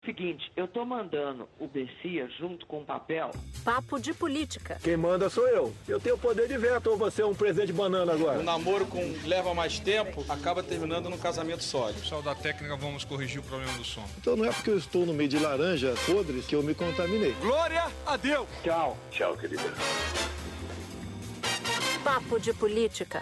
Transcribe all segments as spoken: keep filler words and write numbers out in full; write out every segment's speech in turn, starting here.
Seguinte, eu tô mandando o Bessia junto com o papel. Papo de política. Quem manda sou eu. Eu tenho poder de veto ou você é um presente de banana agora? Um namoro com leva mais tempo acaba terminando num casamento sólido. Pessoal da técnica, vamos corrigir o problema do som. Então não é porque eu estou no meio de laranja podres que eu me contaminei. Glória a Deus! Tchau. Tchau, querida. Papo de política.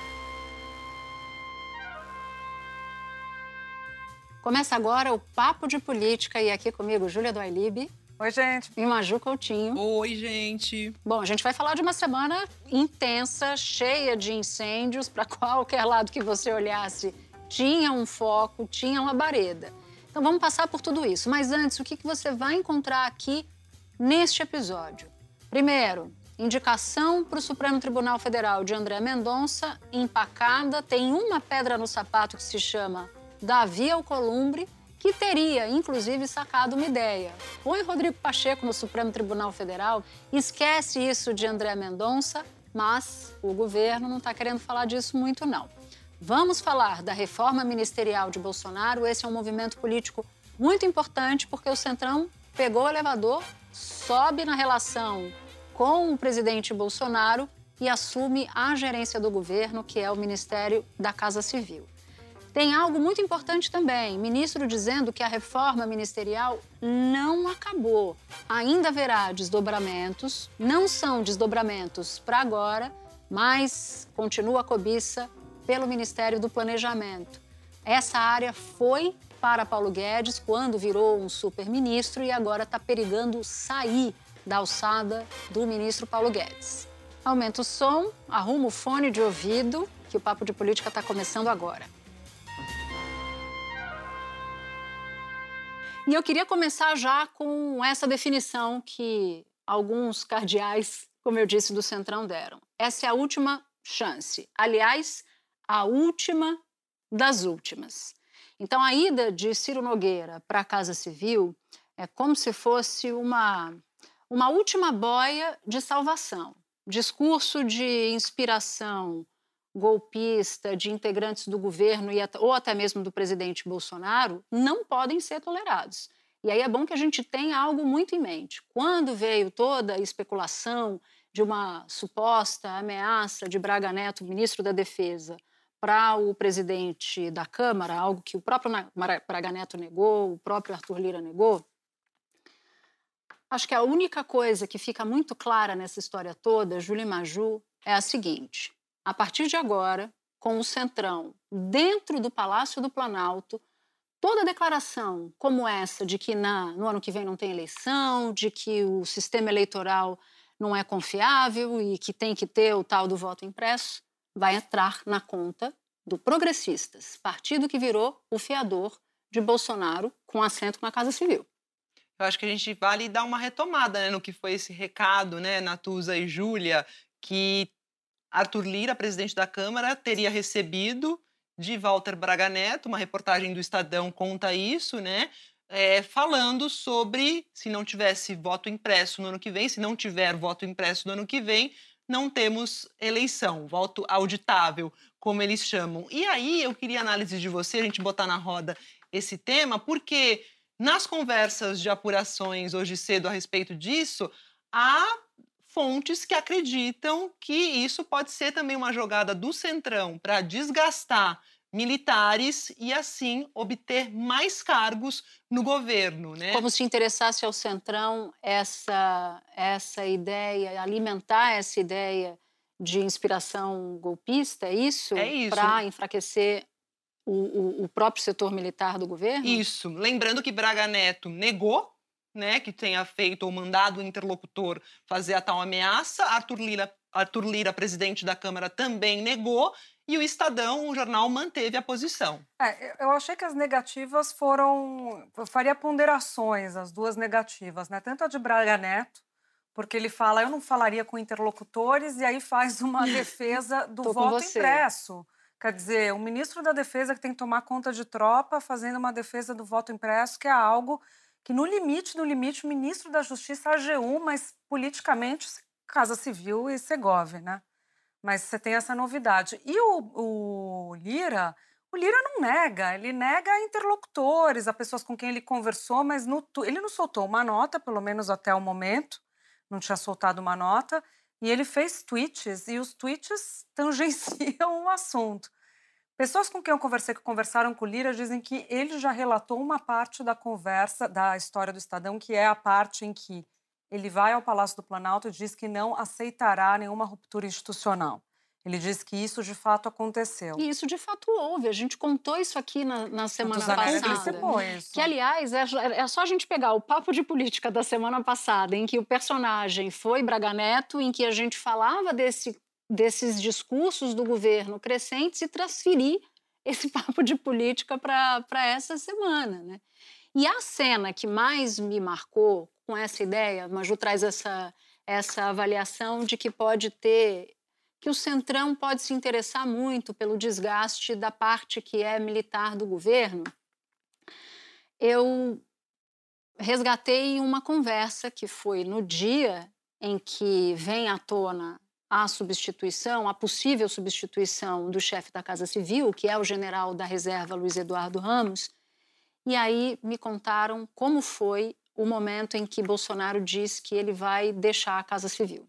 Começa agora o Papo de Política e aqui comigo, Júlia Doilib. Oi, gente. E Maju Coutinho. Oi, gente. Bom, a gente vai falar de uma semana intensa, cheia de incêndios. Para qualquer lado que você olhasse, tinha um foco, tinha uma labareda. Então vamos passar por tudo isso. Mas antes, o que você vai encontrar aqui neste episódio? Primeiro, indicação para o Supremo Tribunal Federal de André Mendonça, empacada, tem uma pedra no sapato que se chama Davi Alcolumbre, que teria, inclusive, sacado uma ideia. Põe Rodrigo Pacheco no Supremo Tribunal Federal, esquece isso de André Mendonça, mas o governo não está querendo falar disso muito, não. Vamos falar da reforma ministerial de Bolsonaro. Esse é um movimento político muito importante, porque o Centrão pegou o elevador, sobe na relação com o presidente Bolsonaro e assume a gerência do governo, que é o Ministério da Casa Civil. Tem algo muito importante também, ministro dizendo que a reforma ministerial não acabou. Ainda haverá desdobramentos, não são desdobramentos para agora, mas continua a cobiça pelo Ministério do Planejamento. Essa área foi para Paulo Guedes quando virou um superministro e agora está perigando sair da alçada do ministro Paulo Guedes. Aumenta o som, arruma o fone de ouvido, que o Papo de Política está começando agora. E eu queria começar já com essa definição que alguns cardeais, como eu disse, do Centrão deram. Essa é a última chance. Aliás, a última das últimas. Então, a ida de Ciro Nogueira para a Casa Civil é como se fosse uma, uma última boia de salvação. Discurso de inspiração golpista de integrantes do governo e ou até mesmo do presidente Bolsonaro não podem ser tolerados. E aí é bom que a gente tenha algo muito em mente. Quando veio toda a especulação de uma suposta ameaça de Braga Neto, ministro da Defesa, para o presidente da Câmara, algo que o próprio Braga Neto negou, o próprio Arthur Lira negou, acho que a única coisa que fica muito clara nessa história toda, Júlia e Maju, é a seguinte: a partir de agora, com o Centrão dentro do Palácio do Planalto, toda declaração como essa de que na, no ano que vem não tem eleição, de que o sistema eleitoral não é confiável e que tem que ter o tal do voto impresso, vai entrar na conta do Progressistas, partido que virou o fiador de Bolsonaro com assento na Casa Civil. Eu acho que a gente vale dar uma retomada, né, no que foi esse recado, né, Natuza e Júlia, que Arthur Lira, presidente da Câmara, teria recebido de Walter Braga Neto, uma reportagem do Estadão conta isso, né? É, falando sobre se não tivesse voto impresso no ano que vem, se não tiver voto impresso no ano que vem, não temos eleição, voto auditável, como eles chamam. E aí eu queria análise de você, a gente botar na roda esse tema, porque nas conversas de apurações hoje cedo a respeito disso, há fontes que acreditam que isso pode ser também uma jogada do Centrão para desgastar militares e, assim, obter mais cargos no governo, né? Como se interessasse ao Centrão essa, essa ideia, alimentar essa ideia de inspiração golpista, é isso? É isso. Para enfraquecer o, o, o próprio setor militar do governo? Isso. Lembrando que Braga Neto negou, né, que tenha feito ou mandado o interlocutor fazer a tal ameaça. Arthur Lira, Arthur Lira, presidente da Câmara, também negou. E o Estadão, o jornal, manteve a posição. É, eu achei que as negativas foram... Eu faria ponderações, as duas negativas, né? Tanto a de Braga Neto, porque ele fala, eu não falaria com interlocutores, e aí faz uma defesa do voto impresso. Quer dizer, o ministro da Defesa que tem que tomar conta de tropa fazendo uma defesa do voto impresso, que é algo que, no limite, no limite, o ministro da Justiça, A G U, mas politicamente, Casa Civil e Segov, né? Mas você tem essa novidade. E o, o Lira, O Lira não nega, ele nega a interlocutores, a pessoas com quem ele conversou, mas no, ele não soltou uma nota, pelo menos até o momento, não tinha soltado uma nota, e ele fez tweets, e os tweets tangenciam o assunto. Pessoas com quem eu conversei, que conversaram com o Lira, dizem que ele já relatou uma parte da conversa, da história do Estadão, que é a parte em que ele vai ao Palácio do Planalto e diz que não aceitará nenhuma ruptura institucional. Ele diz que isso de fato aconteceu. E isso de fato houve. A gente contou isso aqui na, na semana passada. Isso. Que, aliás, é, é só a gente pegar o papo de política da semana passada, em que o personagem foi Braga Neto, em que a gente falava desse, desses discursos do governo crescentes e transferir esse papo de política para essa semana, né? E a cena que mais me marcou com essa ideia, a Maju traz essa, essa avaliação de que pode ter... que o Centrão pode se interessar muito pelo desgaste da parte que é militar do governo. Eu resgatei uma conversa que foi no dia em que vem à tona a substituição, a possível substituição do chefe da Casa Civil, que é o general da reserva Luiz Eduardo Ramos, e aí me contaram como foi o momento em que Bolsonaro diz que ele vai deixar a Casa Civil.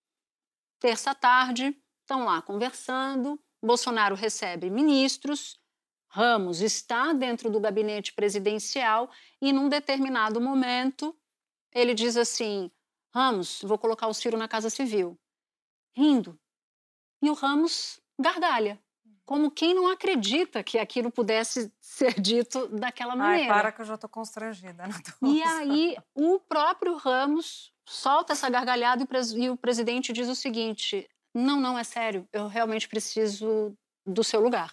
Terça tarde, estão lá conversando, Bolsonaro recebe ministros, Ramos está dentro do gabinete presidencial e, num determinado momento, ele diz assim, Ramos, vou colocar o Ciro na Casa Civil. Rindo. E o Ramos gargalha, como quem não acredita que aquilo pudesse ser dito daquela maneira. Ai, para que eu já estou constrangida. Não tô... E aí, o próprio Ramos solta essa gargalhada e o, pres e o presidente diz o seguinte... Não, não, é sério, eu realmente preciso do seu lugar.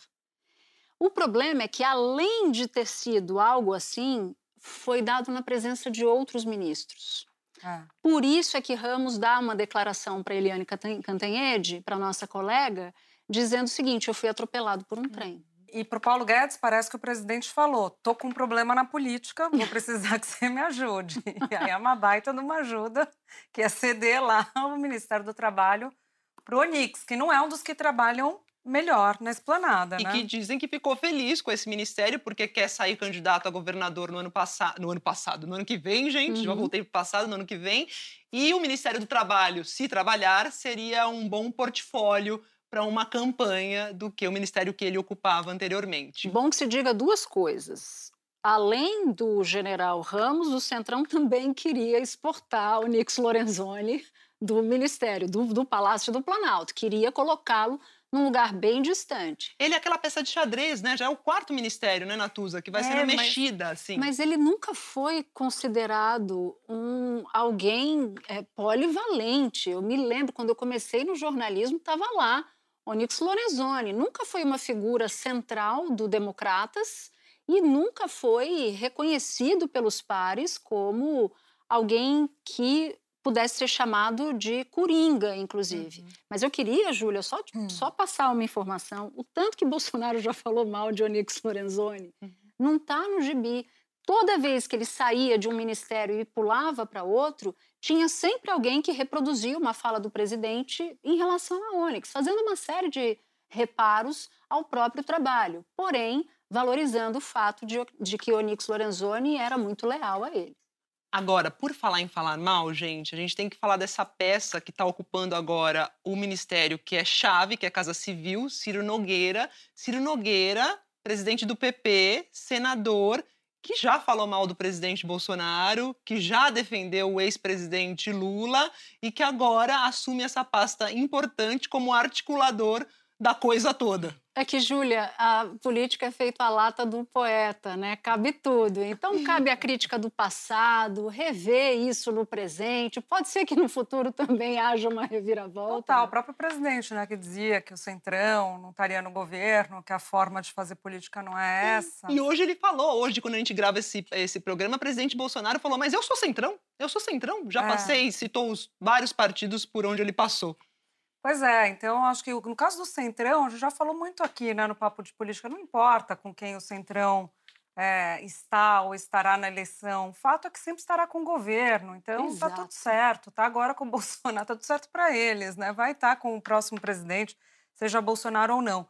O problema é que, além de ter sido algo assim, foi dado na presença de outros ministros. Ah. Por isso é que Ramos dá uma declaração para Eliane Cantanhede, para nossa colega, dizendo o seguinte, eu fui atropelado por um trem. E para o Paulo Guedes, parece que o presidente falou, tô com um problema na política, vou precisar que você me ajude. E aí é uma baita de uma ajuda, que é ceder lá ao Ministério do Trabalho para o Onix, que não é um dos que trabalham melhor na esplanada, e né? E que dizem que ficou feliz com esse ministério porque quer sair candidato a governador no ano passado, no ano passado, no ano que vem, gente, uhum. Já voltei para o passado, no ano que vem. E o Ministério do Trabalho, se trabalhar, seria um bom portfólio para uma campanha do que o ministério que ele ocupava anteriormente. Bom que se diga duas coisas. Além do general Ramos, o Centrão também queria exportar o Onyx Lorenzoni do Ministério, do, do Palácio do Planalto. Queria colocá-lo num lugar bem distante. Ele é aquela peça de xadrez, né? Já é o quarto ministério, né, Natuza? Que vai é, sendo mexida, mas, assim. Mas ele nunca foi considerado um, alguém é, polivalente. Eu me lembro, quando eu comecei no jornalismo, estava lá, Onyx Lorenzoni. Nunca foi uma figura central do Democratas e nunca foi reconhecido pelos pares como alguém que pudesse ser chamado de coringa, inclusive. Uhum. Mas eu queria, Júlia, só, uhum. só passar uma informação. O tanto que Bolsonaro já falou mal de Onyx Lorenzoni uhum. não está no gibi. Toda vez que ele saía de um ministério e pulava para outro, tinha sempre alguém que reproduzia uma fala do presidente em relação a Onyx, fazendo uma série de reparos ao próprio trabalho, porém valorizando o fato de, de que Onyx Lorenzoni era muito leal a ele. Agora, por falar em falar mal, gente, a gente tem que falar dessa peça que está ocupando agora o ministério que é chave, que é a Casa Civil, Ciro Nogueira. Ciro Nogueira, presidente do P P, senador, que já falou mal do presidente Bolsonaro, que já defendeu o ex-presidente Lula e que agora assume essa pasta importante como articulador da coisa toda. É que, Júlia, a política é feita à lata do poeta, né? Cabe tudo. Então, cabe a crítica do passado, rever isso no presente. Pode ser que no futuro também haja uma reviravolta. Total, né? O próprio presidente, né, que dizia que o Centrão não estaria no governo, que a forma de fazer política não é essa. E hoje ele falou, hoje, quando a gente grava esse, esse programa, o presidente Bolsonaro falou, mas eu sou Centrão, eu sou Centrão. Já é. passei, citou os vários partidos por onde ele passou. Pois é, então acho que no caso do Centrão, a gente já falou muito aqui, né, no Papo de Política, não importa com quem o Centrão é, está ou estará na eleição, o fato é que sempre estará com o governo, então está tudo certo, tá agora com o Bolsonaro, tá tudo certo para eles, né, vai estar com o próximo presidente, seja Bolsonaro ou não.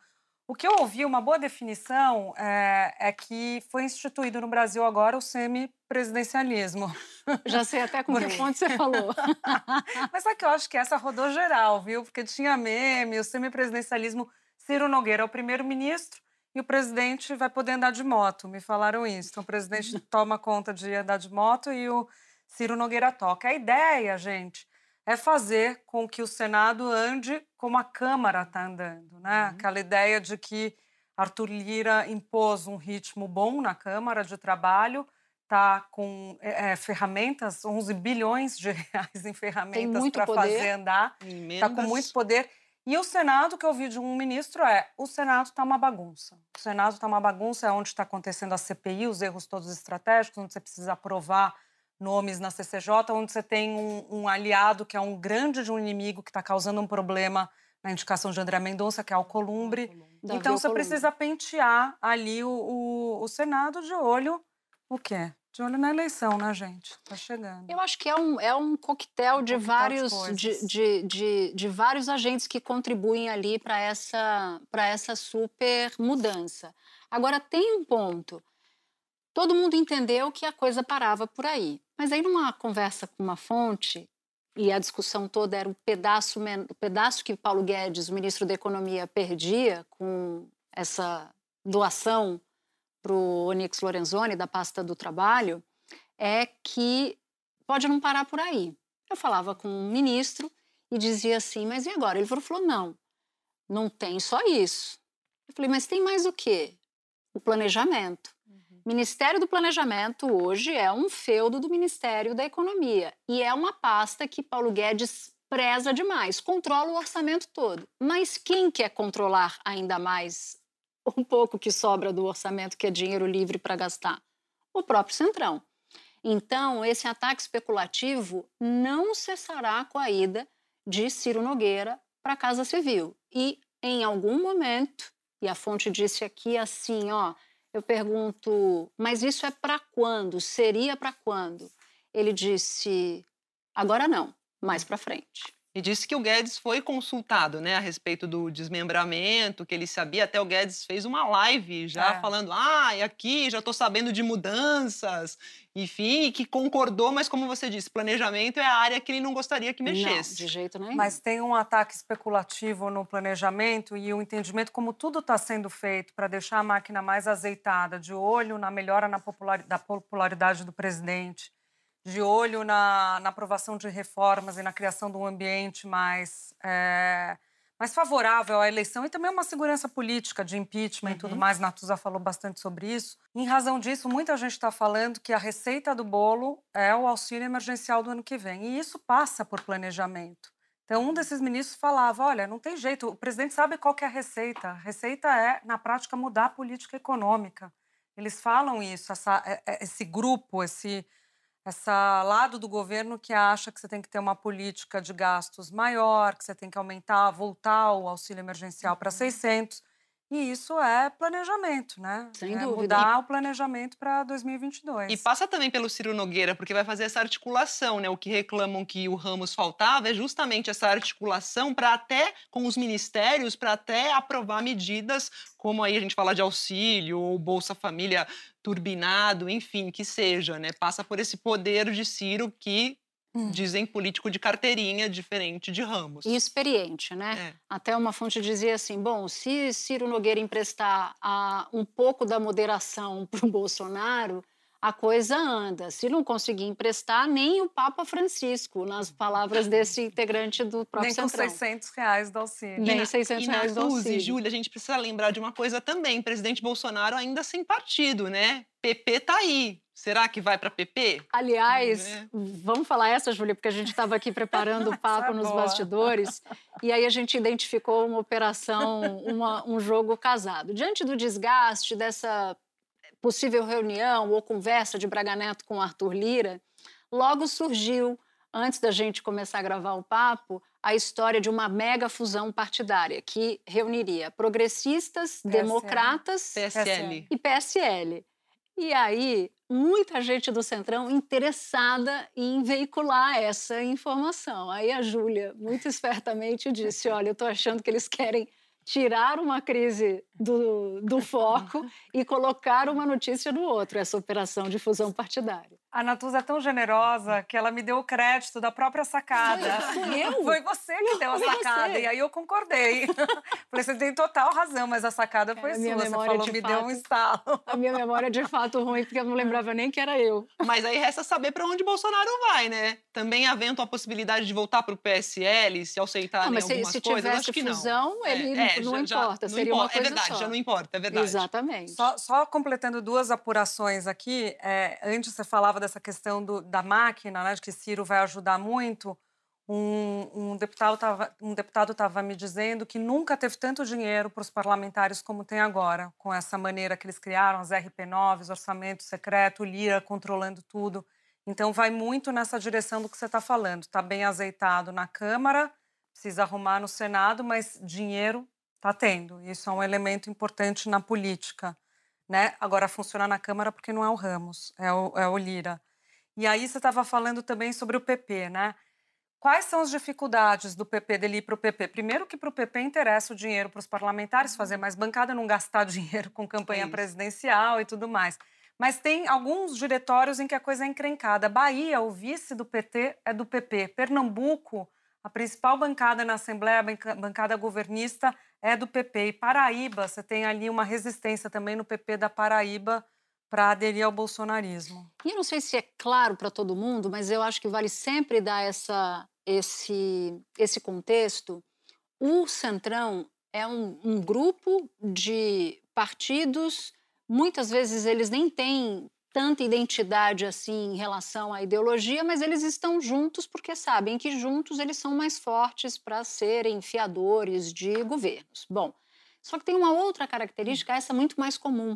O que eu ouvi, uma boa definição, é, é que foi instituído no Brasil agora o semipresidencialismo. Já sei até com que ponto você falou. Mas sabe que eu acho que essa rodou geral, viu? Porque tinha meme, o semipresidencialismo, Ciro Nogueira é o primeiro-ministro e o presidente vai poder andar de moto, me falaram isso. Então o presidente toma conta de andar de moto e o Ciro Nogueira toca. A ideia, gente, é fazer com que o Senado ande como a Câmara está andando, né? Uhum. Aquela ideia de que Arthur Lira impôs um ritmo bom na Câmara de trabalho, está com é, ferramentas, onze bilhões de reais em ferramentas para fazer andar, está com muito poder. E o Senado, que eu ouvi de um ministro, é o Senado está uma bagunça. O Senado está uma bagunça, é onde está acontecendo a C P I, os erros todos estratégicos, onde você precisa aprovar nomes na C C J, onde você tem um, um aliado que é um grande de um inimigo que está causando um problema na indicação de André Mendonça, que é o Alcolumbre. Davi então, você Alcolumbre. Precisa pentear ali o, o, o Senado de olho, o quê? De olho na eleição, né, gente? Tá chegando. Eu acho que é um, é um coquetel de, um coquetel vários, de, de, de, de vários agentes que contribuem ali para essa, para essa super mudança. Agora, tem um ponto. Todo mundo entendeu que a coisa parava por aí. Mas aí, numa conversa com uma fonte, e a discussão toda era o pedaço, o pedaço que Paulo Guedes, o ministro da Economia, perdia com essa doação para o Onyx Lorenzoni, da pasta do trabalho, é que pode não parar por aí. Eu falava com um ministro e dizia assim, mas e agora? Ele falou, não, não tem só isso. Eu falei, mas tem mais o quê? O planejamento. Ministério do Planejamento hoje é um feudo do Ministério da Economia e é uma pasta que Paulo Guedes preza demais, controla o orçamento todo. Mas quem quer controlar ainda mais um pouco que sobra do orçamento, que é dinheiro livre para gastar? O próprio Centrão. Então, esse ataque especulativo não cessará com a ida de Ciro Nogueira para a Casa Civil. E, em algum momento, e a fonte disse aqui assim, ó, eu pergunto, mas isso é para quando? Seria para quando? Ele disse, agora não, mais para frente. E disse que o Guedes foi consultado, né, a respeito do desmembramento, que ele sabia, até o Guedes fez uma live já é. falando, ah, e aqui já estou sabendo de mudanças, enfim, que concordou, mas como você disse, planejamento é a área que ele não gostaria que mexesse. Não, de jeito nenhum. Mas tem um ataque especulativo no planejamento e o entendimento como tudo está sendo feito para deixar a máquina mais azeitada, de olho na melhora na popular, da popularidade do presidente, de olho na, na aprovação de reformas e na criação de um ambiente mais, é, mais favorável à eleição e também uma segurança política de impeachment uhum. e tudo mais. Natuza falou bastante sobre isso. Em razão disso, muita gente está falando que a receita do bolo é o auxílio emergencial do ano que vem. E isso passa por planejamento. Então, um desses ministros falava, olha, não tem jeito, o presidente sabe qual que é a receita. A receita é, na prática, mudar a política econômica. Eles falam isso, essa, esse grupo, esse... essa lado do governo que acha que você tem que ter uma política de gastos maior, que você tem que aumentar, voltar o auxílio emergencial para seiscentos. E isso é planejamento, né? Sem é dúvida. Mudar o planejamento para dois mil e vinte e dois. E passa também pelo Ciro Nogueira, porque vai fazer essa articulação, né? O que reclamam que o Ramos faltava é justamente essa articulação para até, com os ministérios, para até aprovar medidas como aí a gente fala de auxílio ou Bolsa Família turbinado, enfim, que seja, né? Passa por esse poder de Ciro que hum. dizem político de carteirinha, diferente de Ramos. E experiente, né? É. Até uma fonte dizia assim, bom, se Ciro Nogueira emprestar a, um pouco da moderação para o Bolsonaro, a coisa anda. Se não conseguir emprestar, nem o Papa Francisco, nas palavras desse integrante do próprio Nem Centrão. com seiscentos reais do auxílio. Nem na, seiscentos reais do auxílio. E, Júlia, a gente precisa lembrar de uma coisa também. Presidente Bolsonaro ainda sem partido, né? P P tá aí. Será que vai para P P? Aliás, é. vamos falar essa, Júlia, porque a gente estava aqui preparando o papo é nos boa. bastidores e aí a gente identificou uma operação, uma, um jogo casado. Diante do desgaste dessa possível reunião ou conversa de Braga Neto com Arthur Lira, logo surgiu, antes da gente começar a gravar o papo, a história de uma mega fusão partidária que reuniria progressistas, P S L. democratas P S L. e P S L. E aí, muita gente do Centrão interessada em veicular essa informação. Aí a Júlia, muito espertamente, disse, olha, eu estou achando que eles querem tirar uma crise do, do foco e colocar uma notícia no outro, essa operação de fusão partidária. A Natuza é tão generosa que ela me deu o crédito da própria sacada. Fui eu? Foi você que deu a Foi sacada. você. E aí eu concordei. Falei, você tem total razão, mas a sacada foi É, a minha sua. Você memória, falou, de me fato, deu um estalo. A minha memória é de fato ruim, porque eu não lembrava nem que era eu. Mas aí resta saber para onde Bolsonaro vai, né? Também havendo a possibilidade de voltar para o P S L, se aceitarem Não, mas se, algumas se coisas, tivesse acho que fusão, não. ele É, não é, já- importa, não seria importa. uma coisa É verdade, só. já não importa, é verdade. Exatamente. Só, só completando duas apurações aqui, é, antes você falava dessa questão do, da máquina, né, de que Ciro vai ajudar muito. Um, um deputado estava um deputado tava me dizendo que nunca teve tanto dinheiro para os parlamentares como tem agora, com essa maneira que eles criaram, as R P nove, orçamento secreto, o Lira controlando tudo. Então, vai muito nessa direção do que você está falando. Está bem azeitado na Câmara, precisa arrumar no Senado, mas dinheiro está tendo. Isso é um elemento importante na política, né? Agora, funciona na Câmara porque não é o Ramos, é o, é o Lira. E aí, você estava falando também sobre o P P, né? Quais são as dificuldades do P P, dele ir para o P P? Primeiro que para o P P interessa o dinheiro para os parlamentares, fazer mais bancada, não gastar dinheiro com campanha É isso. presidencial e tudo mais. Mas tem alguns diretórios em que a coisa é encrencada. Bahia, o vice do P T é do P P. Pernambuco, a principal bancada na Assembleia, a banca- bancada governista, é do P P. E Paraíba, você tem ali uma resistência também no P P da Paraíba para aderir ao bolsonarismo. E eu não sei se é claro para todo mundo, mas eu acho que vale sempre dar essa, esse, esse contexto. O Centrão é um, um grupo de partidos, muitas vezes eles nem têm tanta identidade assim em relação à ideologia, mas eles estão juntos porque sabem que juntos eles são mais fortes para serem fiadores de governos. Bom, só que tem uma outra característica, essa muito mais comum.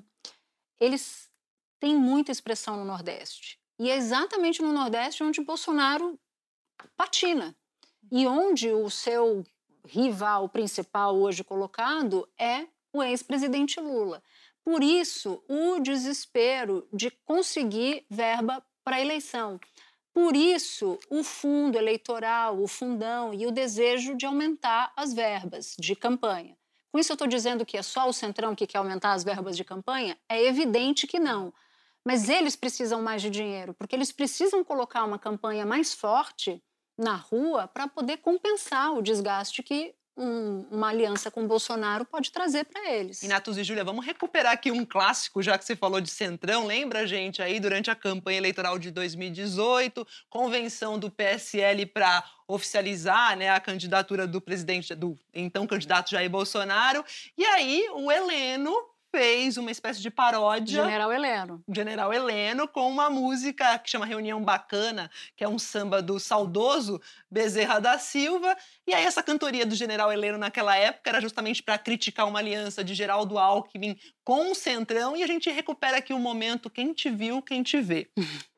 Eles têm muita expressão no Nordeste. E é exatamente no Nordeste onde Bolsonaro patina. E onde o seu rival principal hoje colocado é o ex-presidente Lula. Por isso, o desespero de conseguir verba para a eleição. Por isso, o fundo eleitoral, o fundão e o desejo de aumentar as verbas de campanha. Com isso, eu estou dizendo que é só o Centrão que quer aumentar as verbas de campanha? É evidente que não. Mas eles precisam mais de dinheiro, porque eles precisam colocar uma campanha mais forte na rua para poder compensar o desgaste que um, uma aliança com o Bolsonaro pode trazer para eles. E Natuz e Júlia, vamos recuperar aqui um clássico, já que você falou de Centrão. Lembra, gente, aí durante a campanha eleitoral de dois mil e dezoito, convenção do P S L para oficializar, né, a candidatura do presidente, do então candidato Jair Bolsonaro. E aí o Heleno fez uma espécie de paródia. General Heleno. General Heleno, com uma música que chama Reunião Bacana, que é um samba do saudoso Bezerra da Silva. E aí essa cantoria do General Heleno naquela época era justamente para criticar uma aliança de Geraldo Alckmin com o Centrão. E a gente recupera aqui o momento Quem Te Viu, Quem Te Vê.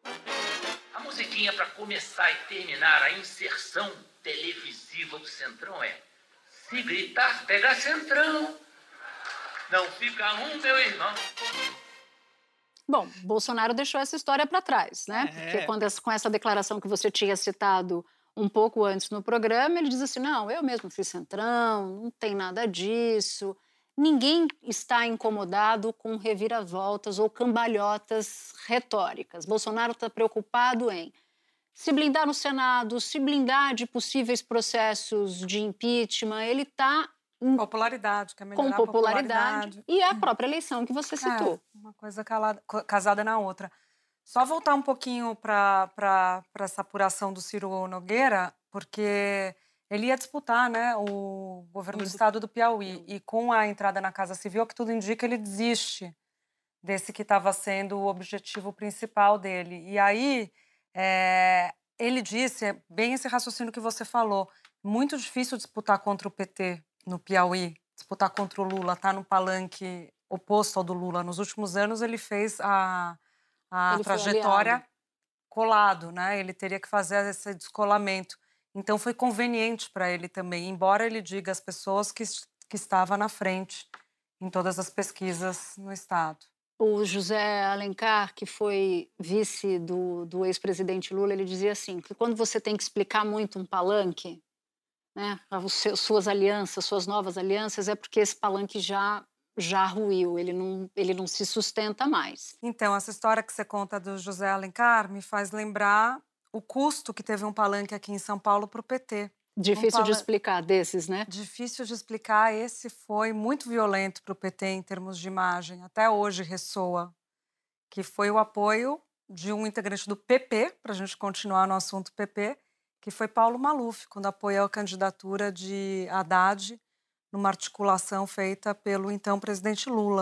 A musiquinha para começar e terminar a inserção televisiva do Centrão é: se gritar, pega Centrão, não fica um, meu irmão. Bom, Bolsonaro deixou essa história para trás, né? É. Porque quando essa, com essa declaração que você tinha citado um pouco antes no programa, ele diz assim, não, eu mesmo fui Centrão, não tem nada disso. Ninguém está incomodado com reviravoltas ou cambalhotas retóricas. Bolsonaro está preocupado em se blindar no Senado, se blindar de possíveis processos de impeachment. Ele está Popularidade, quer melhorar com a popularidade. popularidade. E a própria eleição que você citou. É, uma coisa calada- co- casada na outra. Só voltar um pouquinho para essa apuração do Ciro Nogueira, porque ele ia disputar, né, o governo do estado do Piauí. E com a entrada na Casa Civil, que tudo indica, ele desiste desse que estava sendo o objetivo principal dele. E aí, é, ele disse, bem esse raciocínio que você falou, muito difícil disputar contra o P T no Piauí, disputar contra o Lula, tá no palanque oposto ao do Lula. Nos últimos anos, ele fez a, a Ele foi trajetória aliado. colado, né? Ele teria que fazer esse descolamento. Então, foi conveniente para ele também, embora ele diga às pessoas que, que estava na frente em todas as pesquisas no Estado. O José Alencar, que foi vice do, do ex-presidente Lula, ele dizia assim, que quando você tem que explicar muito um palanque, né, os seus- suas alianças, suas novas alianças, é porque esse palanque já, já ruiu, ele não, ele não se sustenta mais. Então, essa história que você conta do José Alencar me faz lembrar o custo que teve um palanque aqui em São Paulo para o P T. Difícil um de explicar desses, né? Difícil de explicar. Esse foi muito violento para o P T em termos de imagem. Até hoje ressoa. Que foi o apoio de um integrante do P P, para a gente continuar no assunto P P, que foi Paulo Maluf, quando apoiou a candidatura de Haddad numa articulação feita pelo então presidente Lula.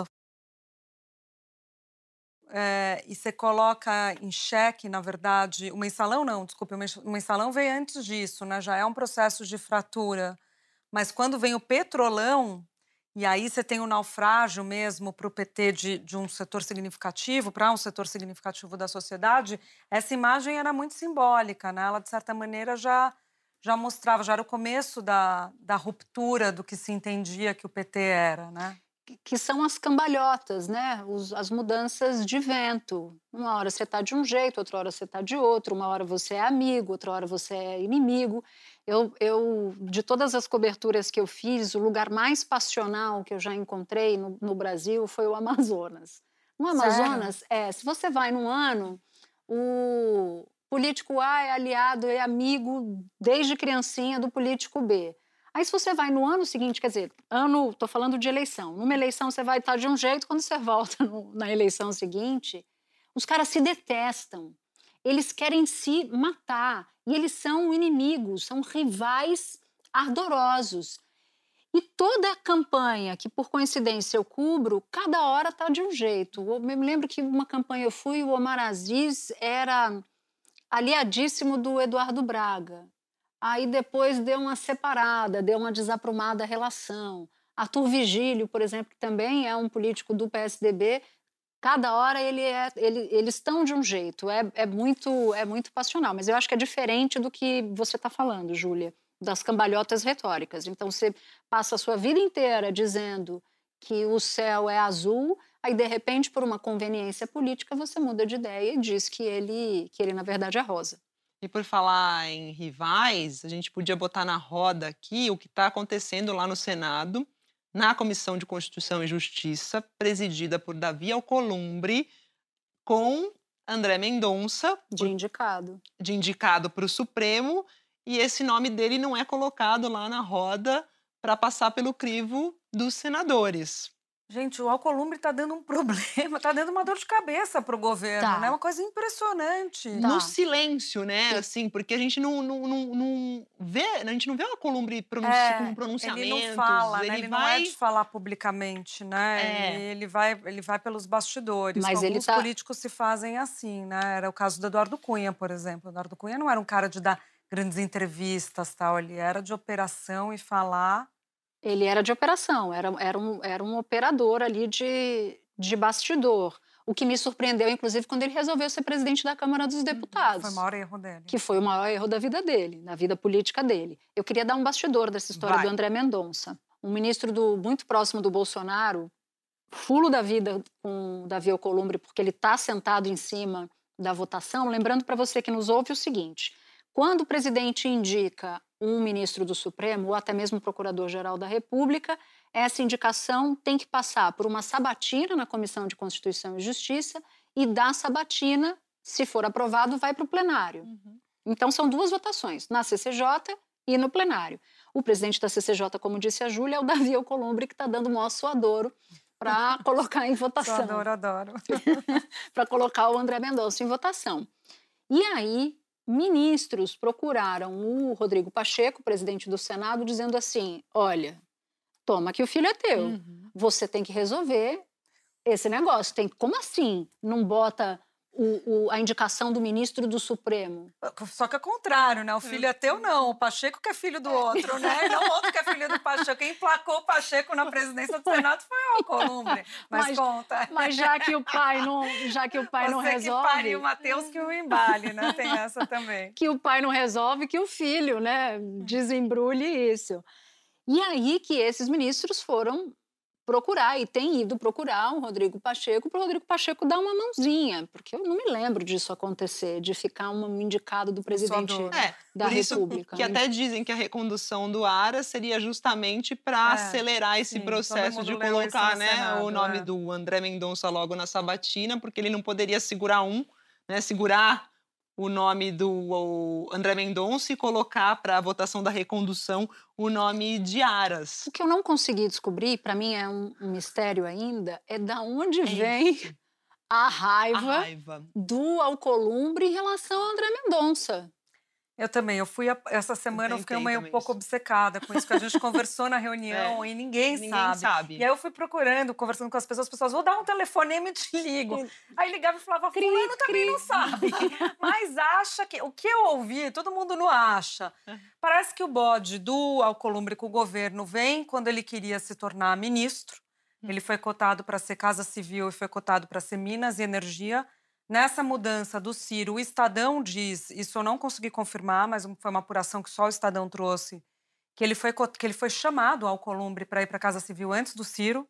É, e você coloca em xeque, na verdade, o mensalão não, desculpe, o mensalão veio antes disso, né? Já é um processo de fratura. Mas quando vem o petrolão, e aí você tem o naufrágio mesmo para o P T de, de um setor significativo, para um setor significativo da sociedade, essa imagem era muito simbólica, né? Ela, de certa maneira, já, já mostrava, já era o começo da, da ruptura do que se entendia que o P T era, né? Que são as cambalhotas, né? Os, as mudanças de vento. Uma hora você está de um jeito, outra hora você está de outro, uma hora você é amigo, outra hora você é inimigo. Eu, eu, de todas as coberturas que eu fiz, o lugar mais passional que eu já encontrei no, no Brasil foi o Amazonas. No Amazonas, é, se você vai num ano, o político A é aliado, é amigo desde criancinha do político B. Aí, se você vai no ano seguinte, quer dizer, ano, estou falando de eleição, numa eleição você vai estar de um jeito, quando você volta no, na eleição seguinte, os caras se detestam, eles querem se matar, e eles são inimigos, são rivais ardorosos. E toda a campanha que, por coincidência, eu cubro, cada hora está de um jeito. Eu me lembro que uma campanha eu fui, o Omar Aziz era aliadíssimo do Eduardo Braga. Aí depois deu uma separada, deu uma desaprumada relação. Arthur Vigílio, por exemplo, que também é um político do P S D B, cada hora ele é, ele, eles estão de um jeito, é, é, muito, é muito passional. Mas eu acho que é diferente do que você está falando, Júlia, das cambalhotas retóricas. Então você passa a sua vida inteira dizendo que o céu é azul, aí de repente, por uma conveniência política, você muda de ideia e diz que ele, que ele na verdade, é rosa. E por falar em rivais, a gente podia botar na roda aqui o que está acontecendo lá no Senado, na Comissão de Constituição e Justiça, presidida por Davi Alcolumbre, com André Mendonça. De indicado. De indicado para o Supremo, e esse nome dele não é colocado lá na roda para passar pelo crivo dos senadores. Gente, o Alcolumbre está dando um problema, está dando uma dor de cabeça para o governo, tá. né? Uma coisa impressionante. Tá. No silêncio, né? Assim, porque a gente não, não, não, não vê, a gente não vê o Alcolumbre pronunci é, com pronunciamentos. Ele não fala, ele né? Ele vai... não é de falar publicamente, né? É. Ele, ele, vai, ele vai pelos bastidores. Mas Alguns ele tá... políticos se fazem assim, né? Era o caso do Eduardo Cunha, por exemplo. O Eduardo Cunha não era um cara de dar grandes entrevistas, tal. Ele era de operação e falar... Ele era de operação, era, era, um, era um operador ali de, de bastidor. O que me surpreendeu, inclusive, quando ele resolveu ser presidente da Câmara dos Deputados. Foi o maior erro dele. Que foi o maior erro da vida dele, da vida política dele. Eu queria dar um bastidor dessa história Vai. do André Mendonça. Um ministro do, muito próximo do Bolsonaro, fulo da vida com o Davi Alcolumbre, porque ele está sentado em cima da votação. Lembrando para você que nos ouve o seguinte: quando o presidente indica um ministro do Supremo ou até mesmo o Procurador-Geral da República, essa indicação tem que passar por uma sabatina na Comissão de Constituição e Justiça e da sabatina, se for aprovado, vai para o plenário. Uhum. Então são duas votações, na C C J e no plenário. O presidente da C C J, como disse a Júlia, é o Davi Alcolumbre, que está dando o maior suadouro para colocar em votação. Adoro, adoro. Para colocar o André Mendonça em votação. E aí... ministros procuraram o Rodrigo Pacheco, presidente do Senado, dizendo assim: olha, toma que o filho é teu, uhum. Você tem que resolver esse negócio. Tem, como assim não bota o, o, a indicação do ministro do Supremo? Só que é contrário, né? O filho é teu, não. O Pacheco que é filho do outro, né? E não o outro que é filho do Pacheco. Quem emplacou o Pacheco na presidência do Senado foi o Alcolumbre. Mas, mas conta. Mas já que o pai não, já que o pai Você não resolve... Você que pare o Matheus que o embale, né? Tem essa também. Que o pai não resolve, que o filho, né? Desembrulhe isso. E aí que esses ministros foram procurar, e tem ido procurar o Rodrigo Pacheco para o Rodrigo Pacheco dar uma mãozinha, porque eu não me lembro disso acontecer, de ficar um indicado do presidente é, da por isso República. Que até dizem que a recondução do Aras seria justamente para É, acelerar esse sim, todo processo mundo de leu isso colocar, no né, Senado, o nome é. do André Mendonça logo na sabatina, porque ele não poderia segurar um, né, segurar o nome do o André Mendonça e colocar para a votação da recondução o nome de Aras. O que eu não consegui descobrir, para mim é um, um mistério ainda, é da onde É vem isso, a a raiva, raiva. do Alcolumbre em relação ao André Mendonça. Eu também, eu fui, a- essa semana eu fiquei tentei meio um também pouco isso. obcecada com isso, que a gente conversou na reunião e ninguém, Ninguém sabe. sabe. E aí eu fui procurando, conversando com as pessoas, as pessoas, vou dar um telefonema e te ligo. Aí ligava e falava, Cri, fulano também cri. não sabe. Mas acha que, o que eu ouvi, todo mundo não acha. Parece que o bode do Alcolumbre com o governo vem quando ele queria se tornar ministro. Ele foi cotado para ser Casa Civil e foi cotado para ser Minas e Energia. Nessa mudança do Ciro, o Estadão diz, isso eu não consegui confirmar, mas foi uma apuração que só o Estadão trouxe, que ele foi, co- que ele foi chamado ao Alcolumbre para ir para a Casa Civil antes do Ciro,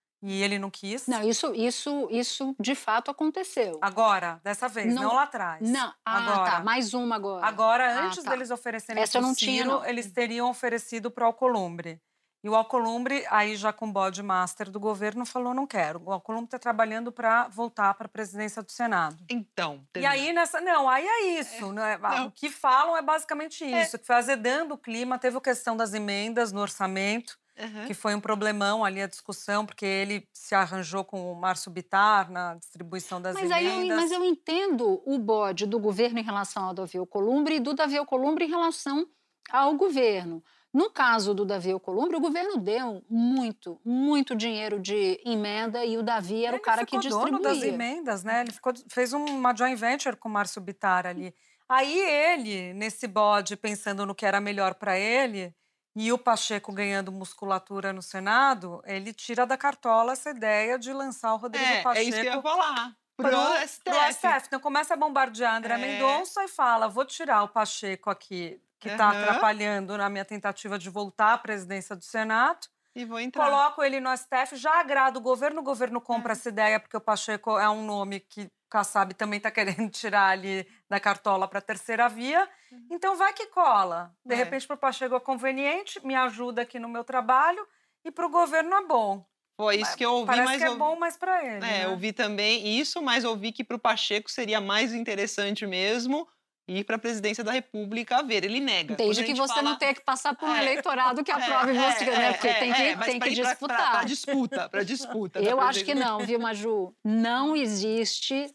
e ele não quis. Não, isso, isso, isso de fato aconteceu. Agora, dessa vez, não, Não- lá atrás. Não, ah, agora. tá, mais uma agora. Agora, Ah, antes tá. deles oferecerem Essa eu pro não tinha, Ciro, não. eles teriam oferecido para o Alcolumbre. E o Alcolumbre, aí já com o bode master do governo, falou, não quero. O Alcolumbre está trabalhando para voltar para a presidência do Senado. Então, E aí, nessa. Não, aí é isso. Não é, não. O que falam é basicamente isso, que foi azedando o clima. Teve a questão das emendas no orçamento, Uhum. que foi um problemão ali a discussão, porque ele se arranjou com o Márcio Bittar na distribuição das Mas, aí eu, emendas. mas eu entendo o bode do governo em relação ao Davi Alcolumbre e do Davi Alcolumbre em relação ao governo. No caso do Davi Alcolumbre, o governo deu muito, muito dinheiro de emenda e o Davi era Ele o cara que ficou distribuía. dono das emendas, né? Ele ficou, fez uma joint venture com o Márcio Bittar ali. Aí ele, nesse bode, pensando no que era melhor para ele, e o Pacheco ganhando musculatura no Senado, ele tira da cartola essa ideia de lançar o Rodrigo É, Pacheco é isso que eu ia falar. Pro, pro, S T F. pro S T F. Então começa a bombardear André É. Mendonça e fala, vou tirar o Pacheco aqui, que está Aham. atrapalhando na minha tentativa de voltar à presidência do Senado. E vou entrar. Coloco ele no S T F, já agrada o governo, o governo compra essa ideia, porque o Pacheco é um nome que o Kassab também está querendo tirar ali da cartola para a terceira via. Então vai que cola. De É. repente, para o Pacheco é conveniente, me ajuda aqui no meu trabalho, e para o governo é bom. Foi isso que eu ouvi, Parece mas que é ouvi- bom, mas para ele. É, né? ouvi também isso, mas ouvi que para o Pacheco seria mais interessante mesmo ir para a presidência da República a ver. Ele nega. Quando Desde a que gente você fala- não tenha que passar por um É. eleitorado que aprove É, você, é, né? Porque é, tem que, é, mas tem pra que ir pra- disputar. Pra, pra disputa, para disputa. da Eu acho que presidência. não, viu, Maju? Não existe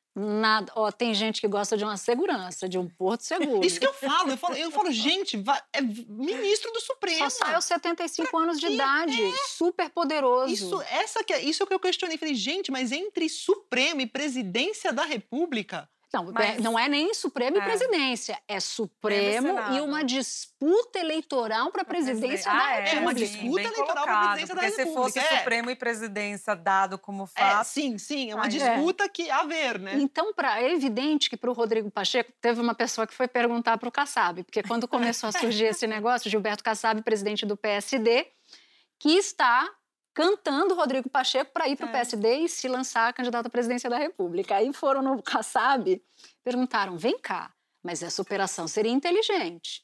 nada. Ó, tem gente que gosta de uma segurança, de um porto seguro. Isso que eu falo. Eu falo, eu falo gente, vai- é ministro do Supremo. Só sai aos setenta e cinco anos de idade, super poderoso. Isso, essa que é, isso é o que eu questionei. Falei, gente, mas entre Supremo e presidência da República... Não, Mas- é- não é nem Supremo e É. presidência, é Supremo Senado. e uma disputa eleitoral para a presidência da Ah, é, República. uma sim, disputa bem eleitoral pra colocado, presidência da porque se fosse República, é. Supremo e presidência dado como É, fato... sim, sim, é uma Aí, disputa que a ver, né? Então, pra, é evidente que para o Rodrigo Pacheco, teve uma pessoa que foi perguntar para o Kassab, porque quando começou a surgir esse negócio, Gilberto Kassab, presidente do P S D, que está cantando o Rodrigo Pacheco para ir para o É. P S D e se lançar candidato à presidência da República. Aí foram no Kassab, perguntaram, vem cá, mas essa operação seria inteligente.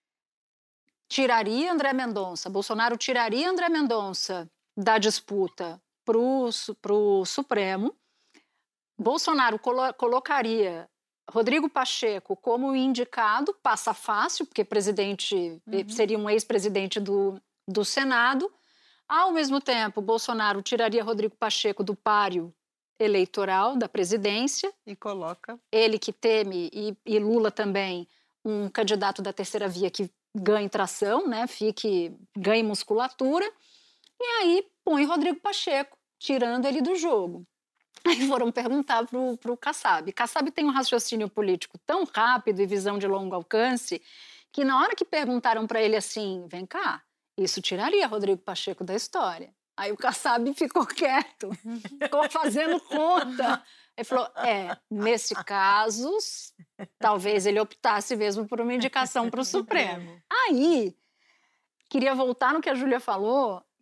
Tiraria André Mendonça, Bolsonaro tiraria André Mendonça da disputa para o Supremo, Bolsonaro colo- colocaria Rodrigo Pacheco como indicado, passa fácil, porque presidente Uhum. seria um ex-presidente do, do Senado. Ao mesmo tempo, Bolsonaro tiraria Rodrigo Pacheco do páreo eleitoral da presidência, E coloca... ele que teme, e, e Lula também, um candidato da terceira via que ganhe tração, né, fique, ganhe musculatura, e aí põe Rodrigo Pacheco, tirando ele do jogo. Aí foram perguntar para o Kassab. Kassab tem um raciocínio político tão rápido e visão de longo alcance que na hora que perguntaram para ele assim, vem cá, isso tiraria Rodrigo Pacheco da história. Aí o Kassab ficou quieto, ficou fazendo conta. Ele falou, é, nesse caso, talvez ele optasse mesmo por uma indicação para o Supremo. Aí, queria voltar no que a Júlia falou,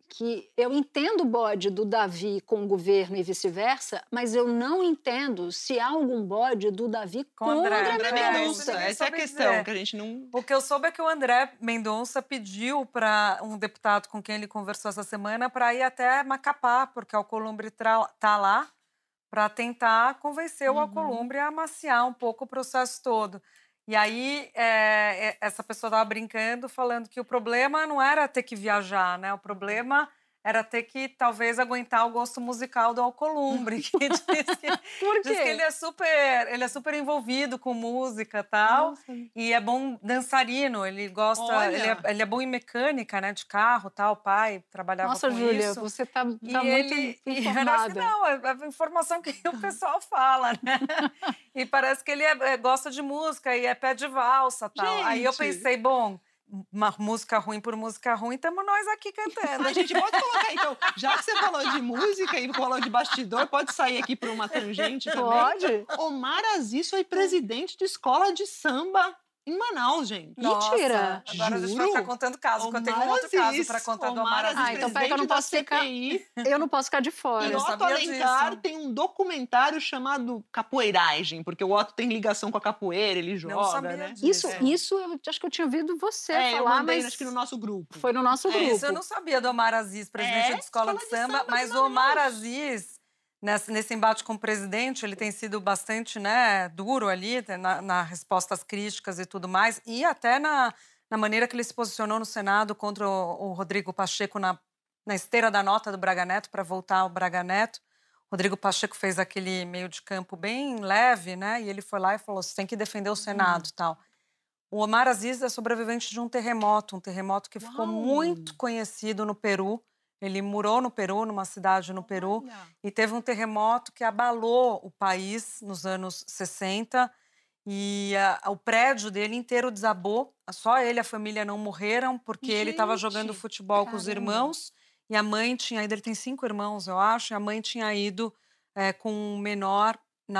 que eu entendo o bode do Davi com o governo e vice-versa, mas eu não entendo se há algum bode do Davi com, com o André, André Mendonça. Mendonça. Essa é a questão, dizer. que a gente não... O que eu soube é que o André Mendonça pediu para um deputado com quem ele conversou essa semana para ir até Macapá, porque o Alcolumbre está lá, para tentar convencer uhum. o Alcolumbre a amaciar um pouco o processo todo. E aí, é, essa pessoa estava brincando, falando que o problema não era ter que viajar, né? O problema era ter que, talvez, aguentar o gosto musical do Alcolumbre. Que diz que, Por quê? Diz que ele é super, ele é super envolvido com música e tal. Nossa. E é bom dançarino, ele gosta... Ele é, ele é bom em mecânica, né? De carro, tal. O pai trabalhava Nossa, com Júlia, isso. você tá, tá e muito ele, informada. E não, é a informação que o pessoal fala, né? E parece que ele é, é, gosta de música e é pé de valsa, tal. Gente. Aí eu pensei, bom... Uma música ruim por música ruim, estamos nós aqui cantando. A gente pode colocar, então, já que você falou de música e falou de bastidor, pode sair aqui por uma tangente também? Pode. Omar Aziz foi presidente de escola de samba em Manaus, gente. Nossa, mentira! Agora a gente vai ficar contando caso, porque eu tenho um outro caso para contar do Omar Aziz. Ah, então peraí que eu não posso ficar... Eu não posso ficar de fora. E o Otto Alencar tem um documentário chamado Capoeiragem, porque o Otto tem ligação com a capoeira, ele joga, não sabia né? Disso. Isso, é. isso eu acho que eu tinha ouvido você é, falar, eu mandei, mas... acho que no nosso grupo. Foi no nosso grupo. É, isso eu não sabia do Omar Aziz, presidente é, de escola, escola de samba, de samba mas o Omar Aziz... Nesse, nesse embate com o presidente, ele tem sido bastante, né, duro ali, na, na resposta às críticas e tudo mais, e até na, na maneira que ele se posicionou no Senado contra o, o Rodrigo Pacheco na, na esteira da nota do Braga Neto para voltar ao Braga Neto. Rodrigo Pacheco fez aquele meio de campo bem leve, né, e ele foi lá e falou, você tem que defender o Senado e hum. tal. O Omar Aziz é sobrevivente de um terremoto, um terremoto que Uau. ficou muito conhecido no Peru. Ele morou no Peru, numa cidade no Peru, Olha. e teve um terremoto que abalou o país nos anos sessenta e a, o prédio dele inteiro desabou. Só ele e a família não morreram porque Gente, ele estava jogando futebol caramba. com os irmãos e a mãe tinha ido, ele tem cinco irmãos, eu acho, e a mãe tinha ido é, com um menor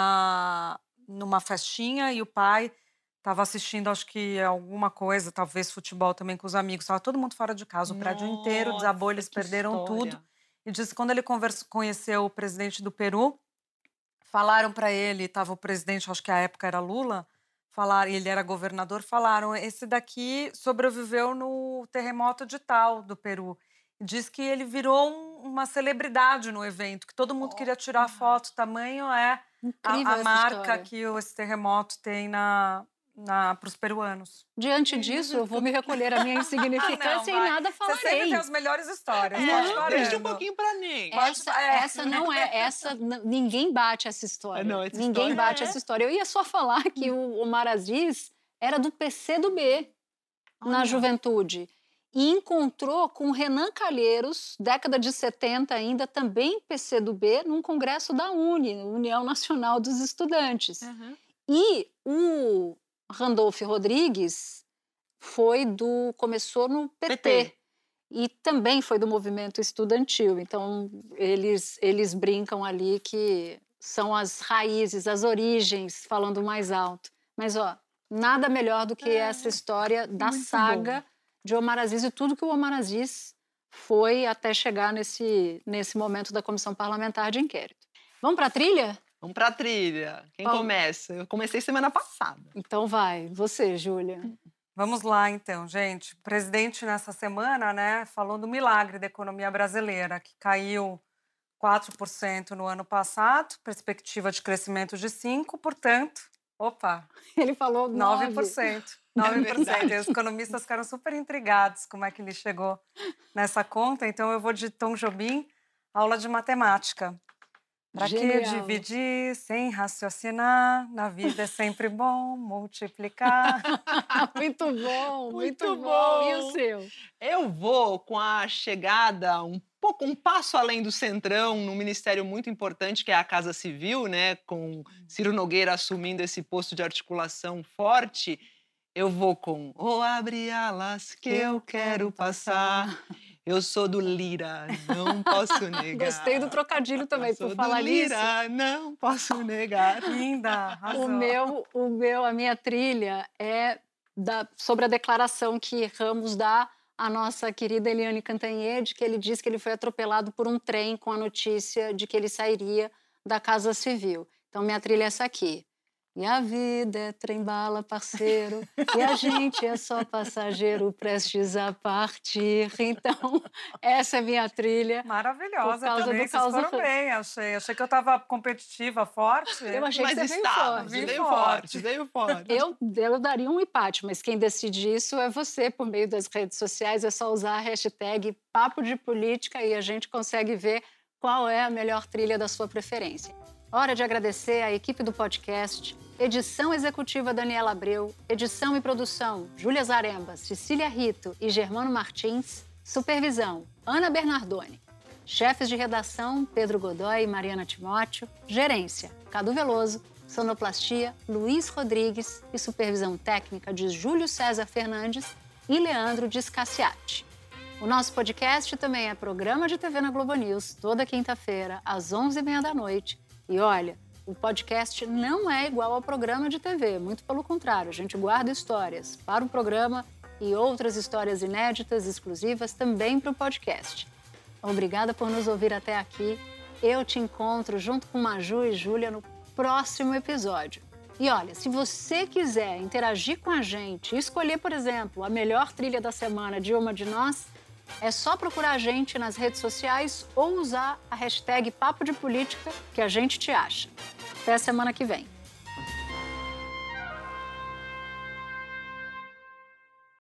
na, numa festinha e o pai... Estava assistindo, acho que alguma coisa, talvez futebol também com os amigos. Estava todo mundo fora de casa, o Nossa, prédio inteiro desabou, eles perderam história. tudo. E disse que quando ele conversa, conheceu o presidente do Peru, falaram para ele, estava o presidente, acho que a época era Lula, falaram, ele era governador, falaram, esse daqui sobreviveu no terremoto de tal do Peru. E diz que ele virou um, uma celebridade no evento, que todo mundo oh, queria tirar foto, tamanho é a, a marca história. que esse terremoto tem na... para os peruanos. Diante disso, eu vou me recolher a minha insignificância não, e nada falarei. Você sempre tem as melhores histórias. É, não, deixa um pouquinho para mim. Essa, é. essa não é, essa ninguém bate essa história. Não, essa ninguém história bate é. essa história. Eu ia só falar que o Omar Aziz era do P C do B Olha. na juventude e encontrou com Renan Calheiros, década de setenta ainda, também P C do B, num congresso da U N E, União Nacional dos Estudantes. Uhum. E o Randolph Rodrigues foi do começou no P T, P T e também foi do movimento estudantil. Então eles eles brincam ali que são as raízes, as origens, falando mais alto. Mas ó, nada melhor do que é, essa história da saga bom. de Omar Aziz e tudo que o Omar Aziz foi até chegar nesse nesse momento da comissão parlamentar de inquérito. Vamos para a trilha? Vamos pra trilha. Quem Bom, começa? Eu comecei semana passada. Então vai, você, Júlia. Vamos lá, então, gente. O presidente, nessa semana, né, falou do milagre da economia brasileira, que caiu quatro por cento no ano passado, perspectiva de crescimento de cinco por cento, portanto, opa, ele falou nove por cento. nove por cento. E os economistas ficaram super intrigados como é que ele chegou nessa conta. Então, eu vou de Tom Jobim, aula de matemática. Para que dividir sem raciocinar? Na vida é sempre bom multiplicar. Muito bom, muito, muito bom. bom. E o seu? Eu vou com a chegada um pouco, um passo além do Centrão, num ministério muito importante que é a Casa Civil, né? Com Ciro Nogueira assumindo esse posto de articulação forte. Eu vou com "Oh, abre alas que eu quero passar". Eu sou do Lira, não posso negar. Gostei do trocadilho também, por falar nisso. Eu sou do Lira, nisso. não posso negar. Linda, arrasou. O meu, o meu, a minha trilha é da, sobre a declaração que Ramos dá a nossa querida Eliane Cantanhede, que ele disse que ele foi atropelado por um trem com a notícia de que ele sairia da Casa Civil. Então, minha trilha é essa aqui. E a vida é trem-bala, parceiro, e a gente é só passageiro prestes a partir. Então, essa é minha trilha. Maravilhosa por causa também, do vocês causa... foram bem, achei. Achei que eu estava competitiva, forte. Eu achei mas que você estava, veio forte. veio forte. forte, veio forte. Eu, eu daria um empate, mas quem decide isso é você, por meio das redes sociais. É só usar a hashtag Papo de Política e a gente consegue ver qual é a melhor trilha da sua preferência. Hora de agradecer à equipe do podcast, edição executiva Daniela Abreu, edição e produção Júlia Zaremba, Cecília Rito e Germano Martins, supervisão Ana Bernardoni, chefes de redação Pedro Godoy e Mariana Timóteo, gerência Cadu Veloso, sonoplastia Luiz Rodrigues e supervisão técnica de Júlio César Fernandes e Leandro Discassiati. O nosso podcast também é programa de T V na Globo News, toda quinta-feira, às onze e meia da noite. E olha, o podcast não é igual ao programa de T V, muito pelo contrário, a gente guarda histórias para o programa e outras histórias inéditas, exclusivas, também para o podcast. Obrigada por nos ouvir até aqui. Eu te encontro junto com Maju e Júlia no próximo episódio. E olha, se você quiser interagir com a gente e escolher, por exemplo, a melhor trilha da semana de uma de nós, é só procurar a gente nas redes sociais ou usar a hashtag Papo de Política que a gente te acha. Até a semana que vem.